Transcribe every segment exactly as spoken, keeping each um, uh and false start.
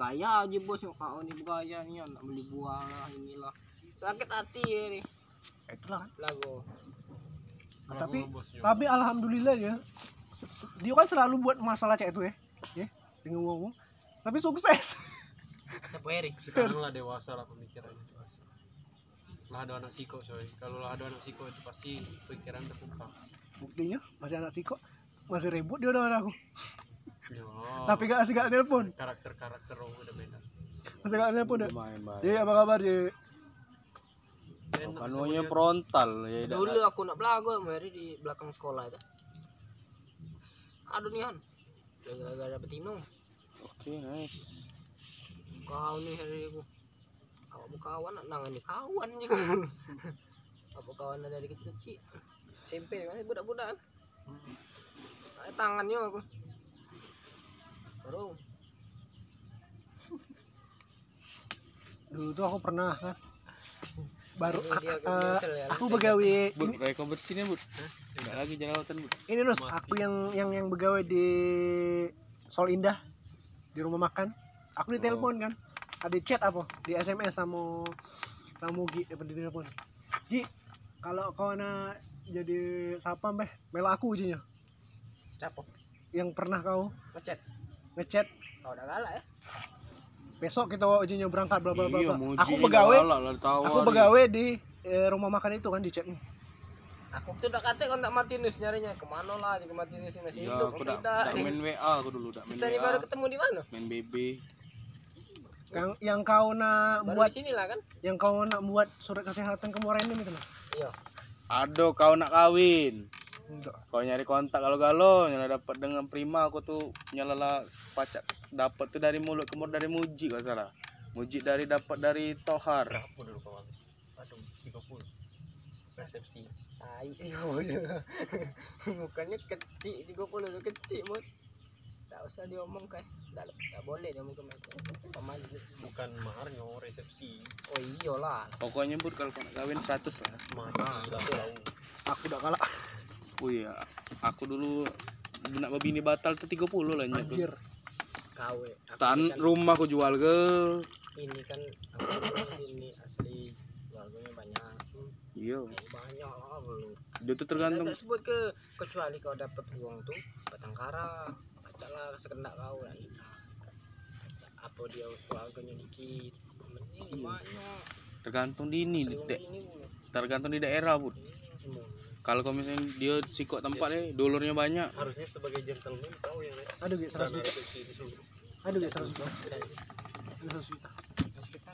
bergaya aja bos, kau ini bergaya nih anak beli buah lah inilah, sakit hati ya nih. Itulah kan. Lagu. Tapi tapi alhamdulillah ya, dia kan selalu buat masalah cek itu ya, ya dengan ngomong, tapi sukses. Siapa Erik? Sekarang lah dewasa lah pemikirannya dewasa. Lah ada anak siko coy. Kalau lah ada anak siko itu pasti pikiran terbuka. Buktinya masih anak siko, masih ribut dia udah aku. Ya. Tapi gak asik gak nelpon. Karakter-karakter orang udah beda. Masih gak nelpon deh. Lumayan baik. Jadi apa kabar Ji? Kanunya frontal ya. Dulu aku nak belagu mari di belakang sekolah itu. Aduh nian. Gara-gara betinung. Oke, nice. Kau nih hari aku. Awak kawan nak nangan di kawan juga. Apa kawan dari kecil-kecil. S M P masih budak-budak. Nah, tangannya aku. Baru. Dulu tuh aku pernah kan. Baru Ini dia uh, nyesel ya, aku lah. begawe Bud, reko bersihnya, Bud. Enggak lagi jerawatan, Bud. ini Nus, Masih. aku yang yang yang begawe di Sol Indah di rumah makan. Aku ditelepon kan. Ada chat apa di S M S sama sama Gi dapat di telepon. Ji, kalau kau nak jadi sapam beh, mela aku ujinya. Siapa? Yang pernah kau Ngechat. ngechat Kau udah galak ya? besok kita ujinya berangkat bla bla bla. Iya, bla. mau Aku ujinya begawe, galak lah, ditawari. aku begawe di eh, rumah makan itu kan di chatnya. Aku tuh udah kata kontak Martinus nyarinya kemana lah juga Martinus yang masih Ya, hidup. aku udah Tidak. main W A aku dulu, udah main Kita W ini baru A. ketemu di mana? Main B B. Yang yang kau nak Baru buat di sini lah kan? yang kau nak buat surat kesehatan ke Morenim itu nah. Iya. Aduh, kau nak kawin. Enggak. Kau nyari kontak galau-galau, nyala dapat dengan prima aku tuh nyala pacak dapat tuh dari mulut ke mulut dari Muji kalau salah. Muji dari dapat dari Tohar. Berapa dulu kau habis? Aduh, tiga puluh. Resepsi. Tai. Bukannya kecil juga pun udah kecil mut. Tak usah diomong kan. Tak, tak boleh dia ngomong ke pemain. Bukan maharnya, resepsi. Oh iyalah. Pokoknya Bud kalau kau nak kawin seratus lah. Mati lah tahu. Aku udah kalah. Oh iya, aku dulu nak babini batal tuh tiga puluh lah nyet. Anjir. Kawe. Tan Ini kan, rumah aku jual ke. ini kan aku ini asli keluarganya banyak. Iya. Eh, banyak lah belum. Itu tuh tergantung. Tak sebut ke kecuali kau dapat uang tuh batang kara. Bacalah sekendak kau lah nikah. Apa dia keluarganya dikit. Ini banyak. Tergantung di ini, di, Asli de- ini bu. tergantung di daerah Bud. Hmm. Kalau kau misalnya dia sikok tempatnya, dulurnya banyak. Harusnya sebagai gentleman kau yang Aduh gitu dan seratus juta. resepsi disuruh. Aduh gitu seratus juta. Aduh seratus juta. Sekitar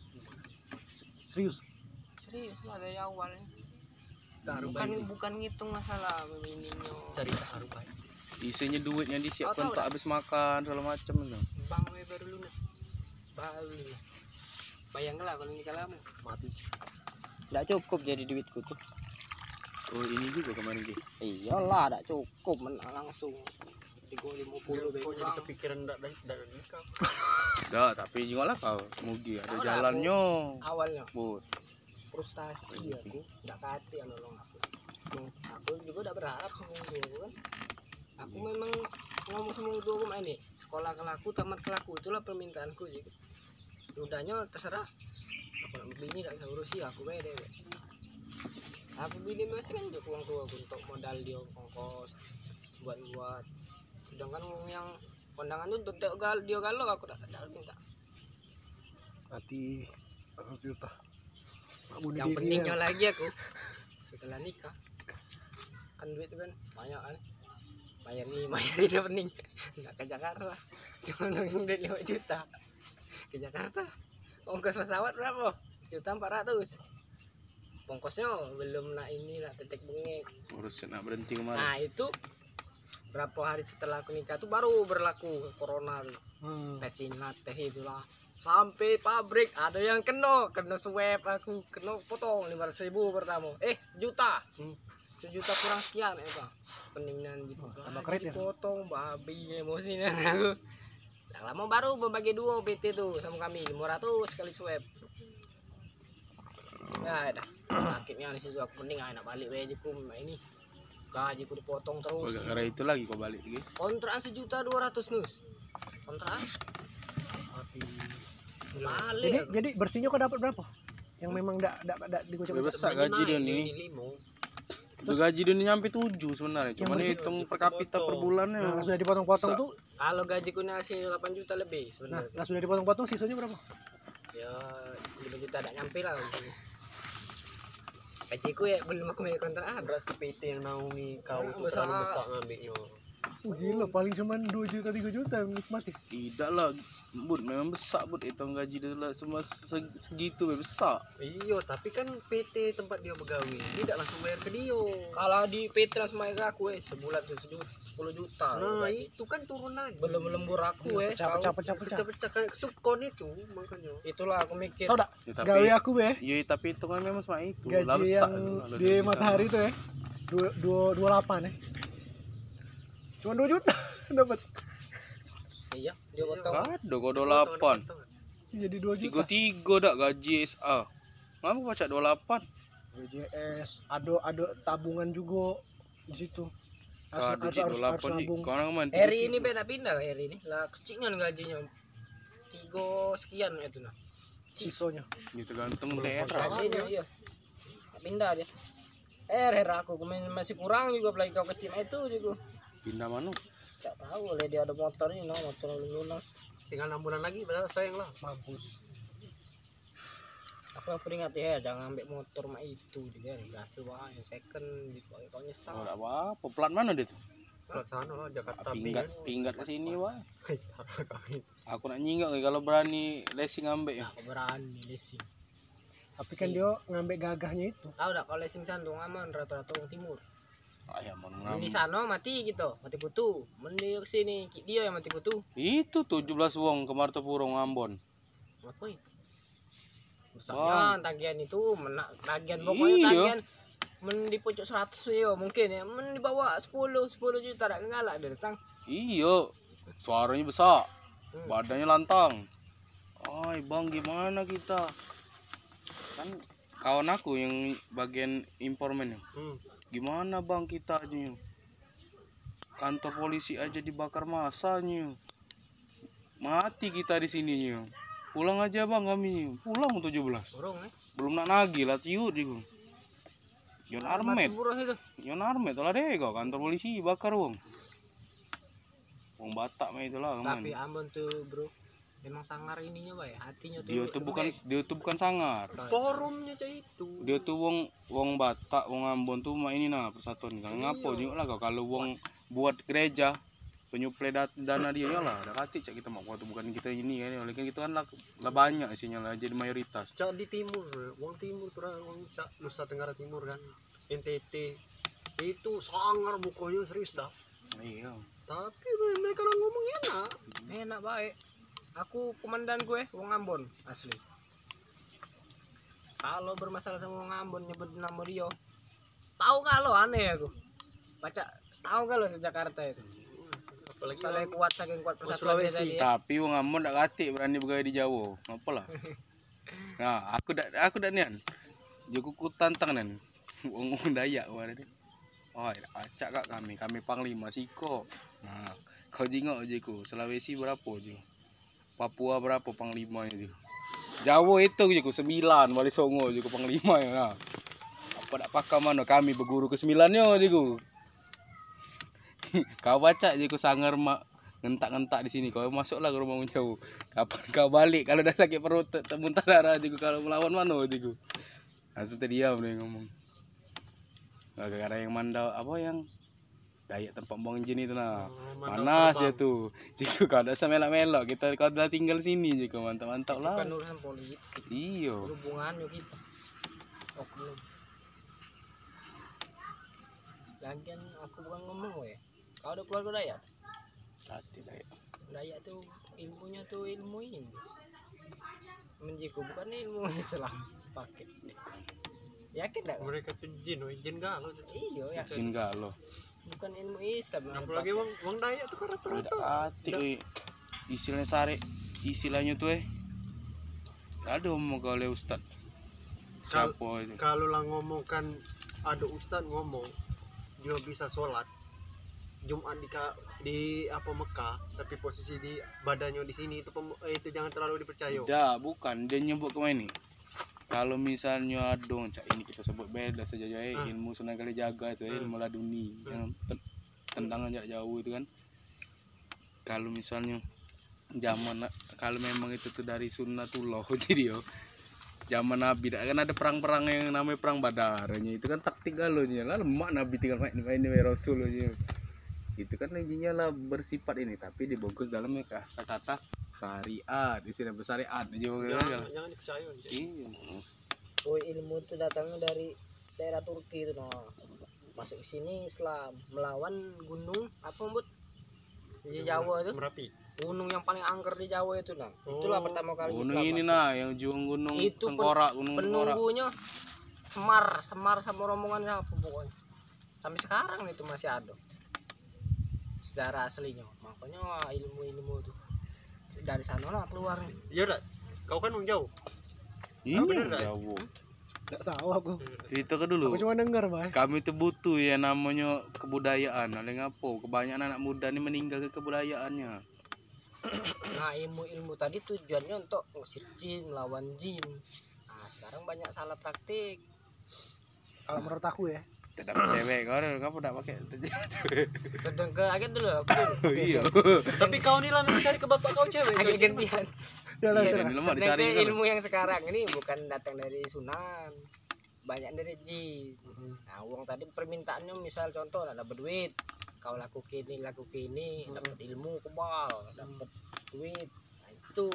Serius. serius lah dari awalnya. Taruh Bukan bayi. bukan ngitung masalah ininya. Cari taruh bayi. Isinya duit yang disiapkan Tahu, untuk tahu habis makan segala macam itu. Bang we baru lunas. Baru lunas. Bayangkanlah kalau nikah lama mati. Tidak cukup jadi duitku tuh. Oh ini juga kemarin gitu. Iyalah, tidak cukup menang langsung. Tiga lima puluh Kau jadi kepikiran enggak enggak nikah. Dah, tapi juga lah kau Mugi ada Tahu dah, jalannya. awalnya Bud. frustasi aku, tidak kati yang nolong aku. Aku juga udah berharap sama dulu kan. Aku memang ngomong sama dulu aku ini sekolah kelaku tamat kelaku itulah permintaanku sih. Udahnya terserah. Aku nak bini tidak bisa urusi aku beda. Aku bini masih kan juga uang tua aku untuk modal dia ongkos buat buat. Sedangkan uang yang kondangan itu tidak gal dia galau aku tak ada minta. Mati seratus juta. Bunuh Yang diri pentingnya ya. lagi aku setelah nikah kan duit itu kan banyak kan bayar ini bayar itu pening nggak ke Jakarta cuma nanggung duit lima juta ke Jakarta ongkos pesawat berapa juta empat ratus ongkosnya belum nak ini nak tetek bengek Urus nak berhenti kemarin. nah itu berapa hari setelah aku nikah tuh baru berlaku corona tuh Hmm. tes ini lah tes itulah sampai pabrik ada yang kena kena swab aku kena potong lima ratus ribu pertama eh juta hmm. sejuta kurang sekian ya bang peningan gitu Oh, ah, tambah kredit ya? potong babi emosinya aku nah, lama baru membagi dua P T tuh sama kami lima ratus kali swab ya dah akhirnya di situ aku mending enak balik aja ini gajiku dipotong Oh, terus gara itu lagi kau balik lagi. kontrakan sejuta dua ratus nus kontrakan Mati. Balik Jadi aku. jadi bersihnya kau dapat berapa? Yang memang enggak enggak enggak digocek. Besar Sebenarnya gaji dia naik, nih. ini limo. Terus gaji dia nih nyampe tujuh sebenarnya. Yang Cuman bersih- hitung per kapita per bulannya. Nah, sudah dipotong-potong Sa- tuh. Kalau gajiku nasi delapan juta lebih Nah, sebenarnya. lah sudah dipotong-potong sisanya berapa? Ya lima juta tak nyampe lah. Gajiku ya belum aku bayar kontrakan. Berarti P T yang naungi kau Orang tuh besar. terlalu besar ngambilnya. Uh, gila, paling cuma dua juta tiga juta yang nikmati. Tidak lah, Bud, memang besar Bud, hitung gaji dia lah semua se- segitu besar. Iya, tapi kan P T tempat dia begawi ini tidak langsung bayar ke dia. Kalau di P T langsung bayar aku eh sebulan tuh sepuluh juta. Nah, gaji. itu kan turun lagi. Belum lembur aku eh. Pecah, tahu. pecah, pecah, pecah. Pecah-pecah kayak subkon itu makanya. Itulah aku mikir. Tahu enggak? Ya, tapi- Gawe aku be, Iya, tapi hitungan memang sama itu. gaji Lah besar yang itu, lah di dari matahari sana. itu ya. Dua dua dua delapan ya. Cuma dua juta dapat. Iya, dia potong. Kado kau dua puluh delapan. Jadi dua Tiga juta. tiga dak gaji S A. Ngapa baca dua puluh delapan? B J S, ada ada tabungan juga di situ. Harus Kado harus cik harus, dua puluh harus delapan cik. nabung. Kau orang mana? Hari ini beda pindah hari ini. Lah kecilnya gajinya. Tiga sekian itu nah. Sisonya. Gitu tergantung daerah. Gajinya iya. Pindah dia. Eh, her aku kemarin masih kurang juga apalagi kau kecil itu juga. Pindah mana? Enggak tahu oleh dia ada motor ini, no, motor lunas. Tinggal enam bulan lagi padahal sayang lah. Mampus. Aku yang peringati ya jangan ambil motor mah itu juga gas wah yang second gitu kau nyesal. Oh, tak apa-apa. Plat mana dia tuh? Plat sana lah Jakarta Pinggat, Band. pinggat ke sini wah. Kami. Aku nak nyinggak nih kalau berani racing ambek ya. Aku berani leasing. Tapi kan dia ngambil gagahnya itu. Tahu enggak kalau leasing santung aman rata-rata orang timur. Ah ya mau Men di ngam. sana mati gitu, mati putu. Men di sini dia yang mati putu. Itu tujuh belas wong ke Martopuro Ambon. Apa itu? Besarnya tagihan itu menak tagihan pokoknya Iya. tagihan men di pucuk seratus yo mungkin ya men di bawah sepuluh sepuluh juta tak ngalak dia datang. Iya. Suaranya besar. Hmm. Badannya lantang. Oi, Bang, gimana kita? Kan kawan aku yang bagian informan. Hmm. Gimana Bang kita aja? Kantor polisi aja dibakar masanya. Mati kita di sininya. Pulang aja Bang kami. Pulang tujuh belas. Burung eh. Belum nak nagih lah tiut diku. Yon Armet. Burung itu. Yon Armet lah deh kau kantor polisi bakar wong. Wong Batak mah itulah Tapi aman. Ambon tuh bro memang sangar ininya bay hatinya tuh Dia tuh bukan lembek. dia tuh bukan sangar. Forumnya cah itu. Dia tuh wong wong Batak, wong Ambon tuh mah ini nah persatuan kan. Ngapo Iya. juga lah kau kalau wong buat gereja penyuplai dat- dana dia ya lah. Ada kati cak kita mau waktu bukan kita ini kan. Oleh kan kita kan lah, lah banyak isinya lah jadi mayoritas. Cak di timur, wong timur tuh wong cak Nusa Tenggara Timur kan. N T T itu sangar bukunya serius dah. Iya. Tapi mereka lah ngomong enak. Enak baik. Aku komandan gue wong Ambon asli. Kalau bermasalah sama wong Ambon nyebut nama dia. Tahu kalau aneh aku. Baca tahu kalau di Jakarta itu. Apalagi Soalnya orang kuat saking kuat persatuan Sulawesi. dia tadi ya. Tapi wong Ambon dak katik berani bergaya di Jawa. Ngapa lah? Nah, aku dak aku dak nian. Joku ku tantang nen. Wong wong Dayak kemarin. Oh, acak kak kami, kami panglima Siko. Nah, kau jingok jiku, Sulawesi berapa jiku? Papua berapa panglimanya jiku? Jawa itu jiku sembilan, Wali Songo jiku panglima ya. Nah, apa dak pakam mana kami berguru ke sembilannya jiku. Kau baca jiku sangar mak ngentak-ngentak di sini. Kau masuklah ke rumah jauh. Kapan kau balik kalau dah sakit perut muntah darah jiku kalau melawan mana jiku. Langsung terdiam dia ngomong. Gara-gara yang mandau apa yang Dayak tempat buang jin itu nah. Oh, mandau Panas terbang. ya tuh. Jika kau ada semelak-melak kita kau udah tinggal sini jika mantap-mantap Itu lah. kan urusan politik. Iyo. Hubungannya kita. Oknum. Lagian aku bukan ngomong ya. Kau udah keluarga Dayak? Hati Dayak. Dayak tuh ilmunya tuh ilmu ini. Menjiku bukan ilmu Islam pakai. Yakin enggak? Mereka tuh jin, woy. Jin galau. Iya yakin. Jin galau. Bukan ilmu Islam. yang Apalagi dipakai. wong wong Dayak tuh kan Udah rata-rata. hati euy. Istilahnya sare. Istilahnya tuh eh. Ada omong oleh Ustad. Kal- Siapa itu? Kalau lah ngomong kan ada ustad ngomong dia bisa sholat Jumat di ka- di apa Mekah tapi posisi di badannya di sini itu pem- eh, itu jangan terlalu dipercaya. Tidak, bukan. Dia nyebut ke ini. Kalau misalnya dong, cak ini kita sebut beda saja ya, Ah. ilmu Sunan Kalijaga itu, Ah. ilmu laduni Ah. yang te- tendangan jarak jauh itu kan. Kalau misalnya zaman kalau memang itu tuh dari sunnatullah jadi yo zaman Nabi dak kan ada perang-perang yang namanya perang Badarnya itu kan taktik galonya lah lemak Nabi tinggal main main ini Rasulnya itu kan intinya lah bersifat ini tapi dibungkus dalamnya kata-kata syariat istilah bersyariat aja Jangan, jangan dipercaya. Cek. iya Oh, ilmu itu datangnya dari daerah Turki itu no. Masuk ke sini Islam melawan gunung apa Bud? Di Jawa itu. Merapi. Gunung yang paling angker di Jawa itu nah. Oh, Itulah pertama kali gunung Islam ini masuk. nah yang juang gunung Itu pen- tengkorak gunung tengkorak Penunggunya Semar, Semar sama rombongannya apa pokoknya. Sampai sekarang itu masih ada. Sejarah aslinya. Makanya wah, ilmu-ilmu itu dari sana lah keluarnya. Iya dak. Kau kan orang jauh. ini bener dah. jauh Nggak tahu aku. cerita ke dulu Aku cuma denger, Bay. kami tuh butuh ya namanya kebudayaan oleh ngapo kebanyakan anak muda ini meninggal ke kebudayaannya Nah, ilmu-ilmu tadi tujuannya untuk ngusir jin, melawan jin. Nah, sekarang banyak salah praktik. Kalau menurut aku ya. tidak dapet cewek kau kamu tidak pakai Sedang ke agen dulu aku dulu. oh iya Tapi kau nih lah mencari ke bapak kau cewek. Agak Coy. gantian. Ya lah, Iya, serah. dan lemak Sedang dicari ke kan ilmu yang sekarang ini bukan datang dari Sunan. Banyak dari jin. Nah, uang tadi permintaannya misal contoh ada berduit. Kau laku kini, laku kini, dapat ilmu kebal, dapat duit. Nah, itu.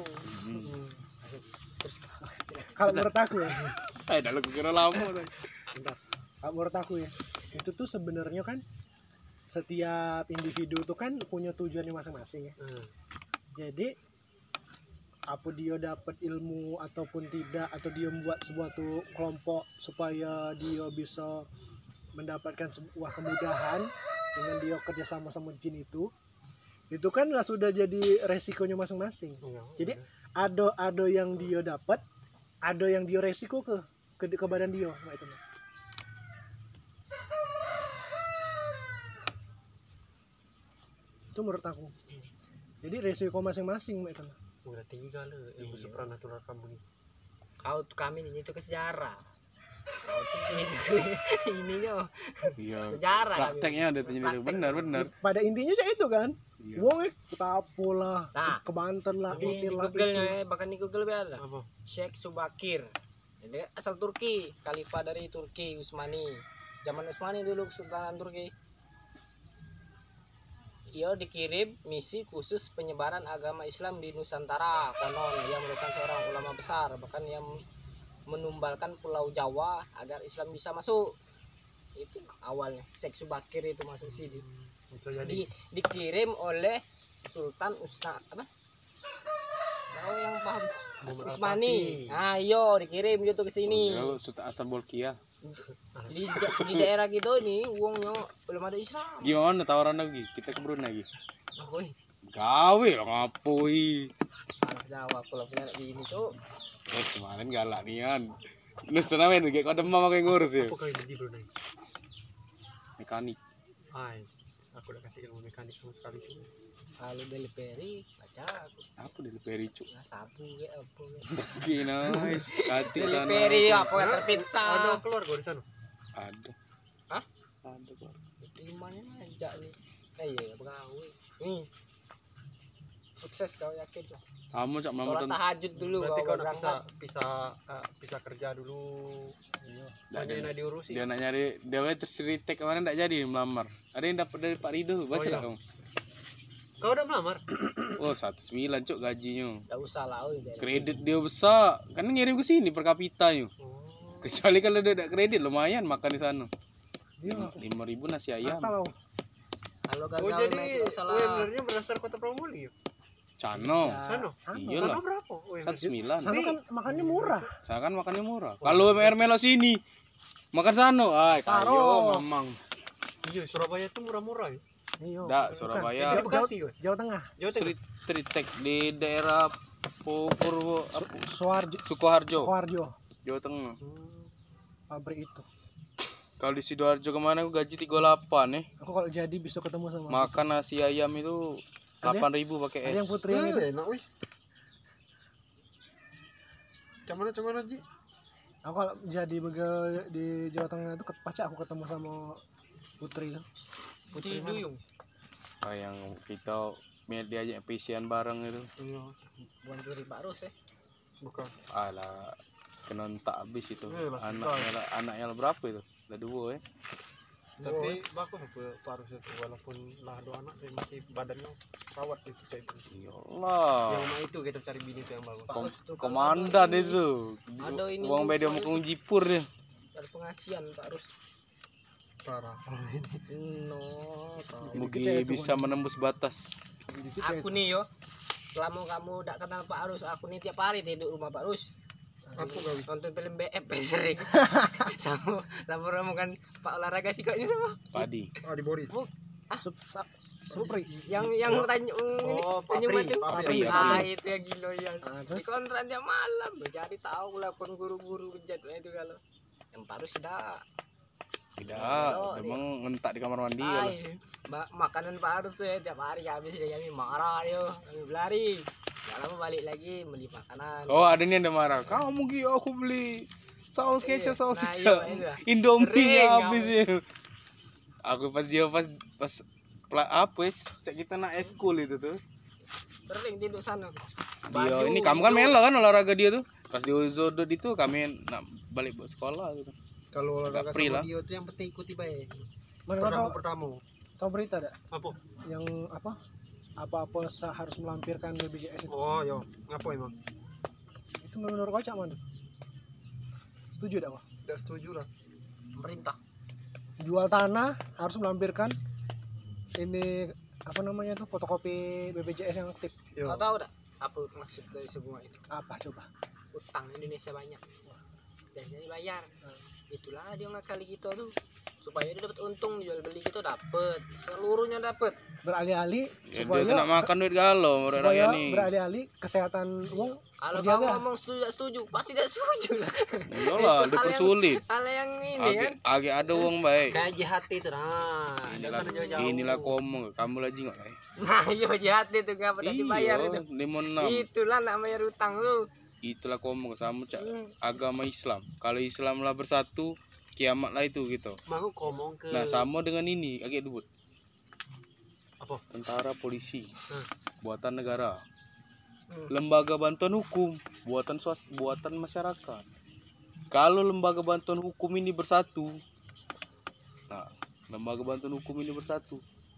Terus Kalau menurut aku ya. eh dah lu kira lama tuh Bentar. Kalau menurut aku ya. Itu tuh sebenarnya kan setiap individu tuh kan punya tujuannya masing-masing ya. Hmm. Jadi apa dia dapat ilmu ataupun tidak atau dia membuat sebuah tuh kelompok supaya dia bisa mendapatkan sebuah kemudahan dengan dia kerja sama sama jin itu itu kan lah sudah jadi resikonya masing-masing. Iya, Jadi bener. ada ada yang dia dapat ada yang dia resiko ke ke, ke badan dia nah, itu. Itu menurut aku. Jadi resiko masing-masing itu. Udah tinggi kali ilmu Iya. supranatural kamu nih. kau tuh kami ini tuh ke sejarah. Kau tuh ini tuh ininya iya sejarah kami. prakteknya ada tuh Praktek. benar benar Pada intinya sih itu kan. iya Wong eh Kutapo lah, Nah, ke, ke Banten lah, Ini di inilah Google itu. nya bahkan di Google ada. Apa? Sheikh Subakir. Jadi asal Turki, khalifah dari Turki Utsmani. Zaman Utsmani dulu Sultan Turki. Ia dikirim misi khusus penyebaran agama Islam di Nusantara. Konon ia merupakan seorang ulama besar, bahkan ia menumbalkan Pulau Jawa agar Islam bisa masuk. Itu awalnya Sheikh Subakir itu masuk sini. Bisa jadi. Di, dikirim oleh Sultan Usna apa? Kau yang paham Muhammad Utsmani. Al-Fatih. Nah, iyo dikirim gitu ke sini. oh, Sultan Astabolkia Di, da- di daerah kita ini uangnya belum ada Islam. gimana tawaran lagi kita ke Brunei lagi Aku nih gawe lah ngapoi anak Jawa kalau punya anak ini tuh eh kemarin galak nian lu senamen kayak kau demam kayak ngurus ya Apa kau yang di Brunei? mekanik Ay, aku udah kasih ilmu mekanik sama sekali tuh. kalau delivery baca aku apa delivery cuk nah, sabu kayak apa Oke, nice. Kati sana. delivery apa yang Nah, terpizza ada keluar gua di sana. Ada. Hah? Ada kok. terimanya aja nih eh iya pegawai nih sukses kau yakin lah Kamu cak mama sholat tentang tahajud dulu Berarti kau kau nak berangkat bisa bisa uh, bisa kerja dulu. iya Banyak yang diurusi. dia nak nyari dia weh terseritek kemarin tak jadi melamar. Ada yang dapat dari Pak Rido, baca Oh, iya. tak kamu? Kau udah melamar? Oh, satu sembilan cuk gajinya. gak usah lah oh, udah. Kredit dia besar, kan ngirim ke sini per kapita yuk. Oh. Kecuali kalau dia ada kredit lumayan makan di sana. Iya. Lima ribu nasi ayam. Kalau kalau Oh, gagal jadi naik gak usah lah U M R-nya berdasar kota Pramulia. Cano. Sano. Iya Sano lah. berapa? U M R? Satu sembilan. sana kan makannya murah. Saya kan makannya murah. Kalau U M R melo sini makan sano, ay Taro. kayo mamang. Iya, Surabaya itu murah-murah ya. Iya. Dak, bukan. Surabaya. Di Jawa, Bekasi, Jawa, gue. Jawa Tengah. Jawa Tengah. Street Street Tech di daerah Pu- Purwo apa? Suharjo. Sukoharjo, Sukoharjo. Jawa Tengah. Hmm. Pabrik itu. Kalau di Sidoarjo kemana aku gaji tiga puluh delapan nih. Aku kalau jadi bisa ketemu sama Makan nasi ayam itu Ada- delapan ribu pakai ada yang es. putri yang itu. Eh, enak wih. Cuman cuman Ji. Aku kalau jadi begal di Jawa Tengah itu pacak aku ketemu sama putri itu. Putri Duyung. Oh, yang kita mil diajak pisian bareng itu. Iya, Bukan Putri Pak Ros ya. bukan. Alah, kena entak habis itu. Eh, lah, Anaknya lah- anaknya lah berapa itu? Ada dua ya. Tapi bagus aku Parus itu walaupun lah dua anak dia masih badannya rawat gitu kayak itu. Ya Allah. Yang rumah itu kita cari bini itu yang bagus. Pak Kom- Ros tuh kalau komandan ada ini- itu. ada ini Uang Bu, beda Pak mau itu. ngejipur dia. Ada pengasian Pak Ros. Parah. No, Mugi bisa menembus batas. aku nih yo. Selama kamu tidak kenal Pak Arus, aku nih tiap hari tidur rumah Pak Arus. Apa kau? Nonton film B F sering. sama sama orang kan Pak olahraga sih kayaknya sama. Padi. Ah, di Boris. Bu, Sup, sa, supri. yang yang Tanjung ini Oh, Pak Tanjung Pri, Batu. Pak Pri, Ah, Pak Pri. itu yang gila ya. Ah, Di terus kontrak dia malam. Jadi tahu lah kon guru-guru bejat itu kalau. Yang Pak Arus tidak. Tidak, memang ngentak di kamar mandi Ay, kalau. ma- makanan Pak Arus tuh ya tiap hari habis dia kami marah dia. Kami berlari. Gak lama balik lagi beli makanan. Oh, ada nih yang marah. Kamu Gi, aku beli saus Iya, kecap, saus nah, kecap. iya, itu lah. Indomie Sering habis kamu. ya. Aku pas dia pas pas pla, apa wis cek kita nak eskul itu tuh. Sering tidur sana. Dia Baju, ini kamu kan itu. melo kan olahraga dia tuh. Pas di Uzodod itu kami nak balik buat sekolah gitu. Kalau Agak olahraga free sama lah. dia itu yang penting ikuti baik. mana kau Pertama tahu, pertama. tahu berita ada Apa? yang apa apa-apa sa- harus melampirkan B P J S itu. Oh, yo. Ngapa emang? Itu menurut kau cak mana? Setuju tidak kau? Tidak setuju lah. Pemerintah. Jual tanah harus melampirkan ini apa namanya tuh fotokopi B P J S yang aktif. Yo. Kau tahu tak apa maksud dari semua itu? Apa coba? Utang Indonesia banyak. Dan jadi bayar. Itulah dia ngakali kita tuh supaya dia dapat untung jual beli kita dapat seluruhnya dapat. Beralih-alih Ya, supaya dia tuh nak makan duit galau orang supaya rakyat nih. beralih-alih kesehatan uang Kalau kamu terjaga. ngomong setuju tidak setuju pasti tidak setuju lah. Iyalah, Itu hal yang- dipersulit. Hal yang ini Agi, kan. agi ada uang baik. Kayak J H T itu nah. Inilah Inilah jauh-jauh. inilah kamu, kamu lagi nggak eh? Nah iya jahat itu ngapa tak dibayar Iya, itu. lima enam. Itulah nak bayar utang lu. Itulah kamu sama cak Hmm. agama Islam. Kalau Islam lah bersatu, kiamat lah itu gitu. Mau ngomong ke Nah sama dengan ini, agak debut. apa? Tentara, polisi, Hmm. buatan negara. Hmm. Lembaga bantuan hukum, buatan swas, buatan masyarakat. Kalau lembaga bantuan hukum ini bersatu, nah lembaga bantuan hukum ini bersatu,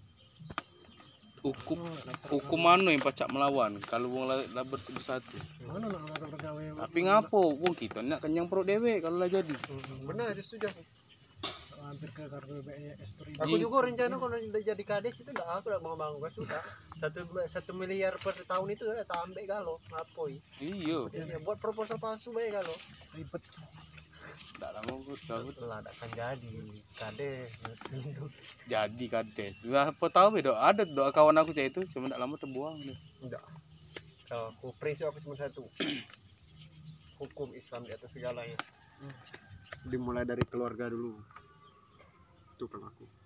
hukum hukum mana yang pacak melawan kalau wong lah, lah bers- bersatu. Mana nak kata bergawe Tapi ngapo wong kita nak kenyang perut dewe kalau lah jadi. Benar itu sudah. hampir ke kartu B P J S beribu. Aku juga rencana kalau udah jadi kades itu udah aku udah mau bangun kan sudah satu satu miliar per tahun itu ya tak ambil kalau ngapoi. Iya, Ya, buat proposal palsu baik kalau. Ribet. tidak lama gue cabut Lah akan jadi kades. jadi kades. Nah, apa tahu be doa ada doa kawan aku cak itu cuma tidak lama terbuang deh. Enggak. Kalau aku prinsip aku cuma satu. Hukum Islam di atas segalanya. Dimulai dari keluarga dulu. Itu kalau aku.